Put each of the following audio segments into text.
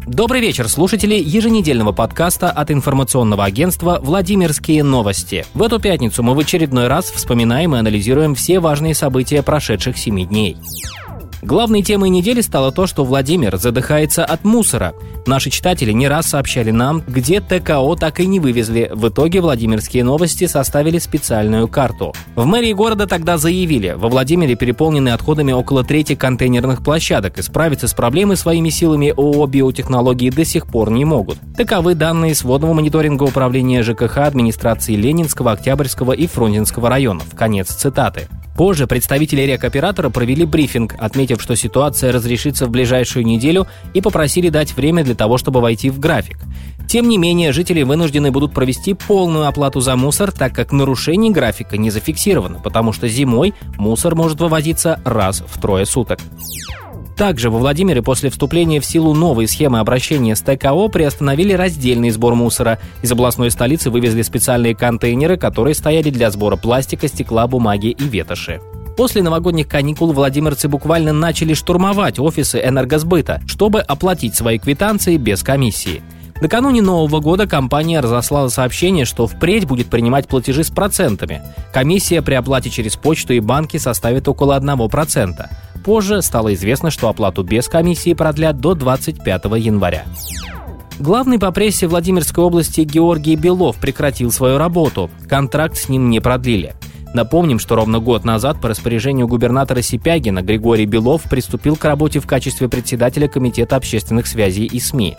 Добрый вечер, слушатели еженедельного подкаста от информационного агентства «Владимирские новости». В эту пятницу мы в очередной раз вспоминаем и анализируем все важные события прошедших 7 дней. Главной темой недели стало то, что Владимир задыхается от мусора. Наши читатели не раз сообщали нам, где ТКО так и не вывезли. В итоге Владимирские новости составили специальную карту. В мэрии города тогда заявили, во Владимире переполнены отходами около трети контейнерных площадок, и справиться с проблемой своими силами ООО «Биотехнологии» до сих пор не могут. Таковы данные сводного мониторинга управления ЖКХ администрации Ленинского, Октябрьского и Фрунзенского районов. Конец цитаты. Позже представители рекоператора провели брифинг, отметив, что ситуация разрешится в ближайшую неделю, и попросили дать время для того, чтобы войти в график. Тем не менее, жители вынуждены будут провести полную оплату за мусор, так как нарушение графика не зафиксировано, потому что зимой мусор может вывозиться раз в 3 суток. Также во Владимире после вступления в силу новой схемы обращения с ТКО приостановили раздельный сбор мусора. Из областной столицы вывезли специальные контейнеры, которые стояли для сбора пластика, стекла, бумаги и ветоши. После новогодних каникул владимирцы буквально начали штурмовать офисы энергосбыта, чтобы оплатить свои квитанции без комиссии. Накануне Нового года компания разослала сообщение, что впредь будет принимать платежи с процентами. Комиссия при оплате через почту и банки составит около 1%. Позже стало известно, что оплату без комиссии продлят до 25 января. Главный по прессе Владимирской области Георгий Белов прекратил свою работу. Контракт с ним не продлили. Напомним, что ровно год назад по распоряжению губернатора Сипягина Григорий Белов приступил к работе в качестве председателя Комитета общественных связей и СМИ.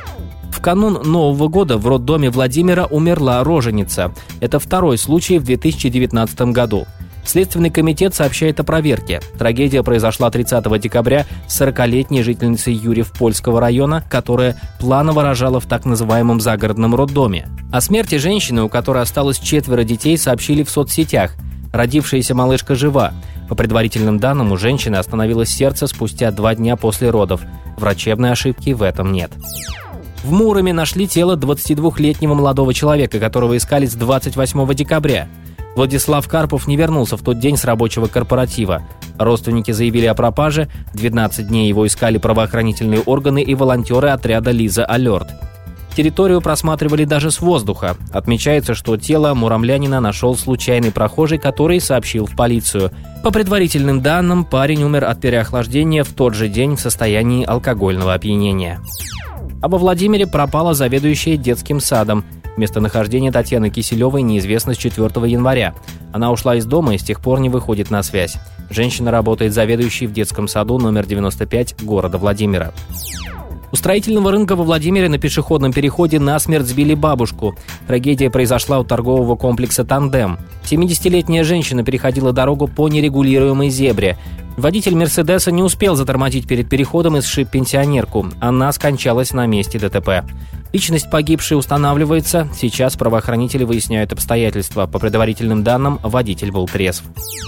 В канун Нового года в роддоме Владимира умерла роженица. Это второй случай в 2019 году. Следственный комитет сообщает о проверке. Трагедия произошла 30 декабря с 40-летней жительницей Юрьев-Польского района, которая планово рожала в так называемом загородном роддоме. О смерти женщины, у которой осталось 4 детей, сообщили в соцсетях. Родившаяся малышка жива. По предварительным данным, у женщины остановилось сердце спустя 2 дня после родов. Врачебной ошибки в этом нет. В Муроме нашли тело 22-летнего молодого человека, которого искали с 28 декабря. Владислав Карпов не вернулся в тот день с рабочего корпоратива. Родственники заявили о пропаже, 12 дней его искали правоохранительные органы и волонтеры отряда «Лиза Алерт». Территорию просматривали даже с воздуха. Отмечается, что тело муромлянина нашел случайный прохожий, который сообщил в полицию. По предварительным данным, парень умер от переохлаждения в тот же день в состоянии алкогольного опьянения. А во Владимире пропала заведующая детским садом. Местонахождение Татьяны Киселевой неизвестно с 4 января. Она ушла из дома и с тех пор не выходит на связь. Женщина работает заведующей в детском саду номер 95 города Владимира. У строительного рынка во Владимире на пешеходном переходе насмерть сбили бабушку. Трагедия произошла у торгового комплекса «Тандем». 70-летняя женщина переходила дорогу по нерегулируемой зебре. Водитель «Мерседеса» не успел затормозить перед переходом и сшиб пенсионерку. Она скончалась на месте ДТП. Личность погибшей устанавливается. Сейчас правоохранители выясняют обстоятельства. По предварительным данным, водитель был трезв.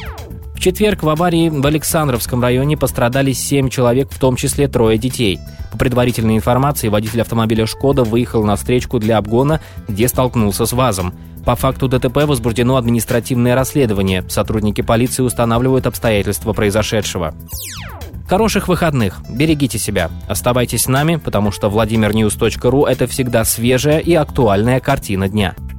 В четверг в аварии в Александровском районе пострадали 7 человек, в том числе 3 детей. По предварительной информации, водитель автомобиля «Шкода» выехал на встречку для обгона, где столкнулся с ВАЗом. По факту ДТП возбуждено административное расследование. Сотрудники полиции устанавливают обстоятельства произошедшего. Хороших выходных. Берегите себя. Оставайтесь с нами, потому что VladimirNews.ru – это всегда свежая и актуальная картина дня.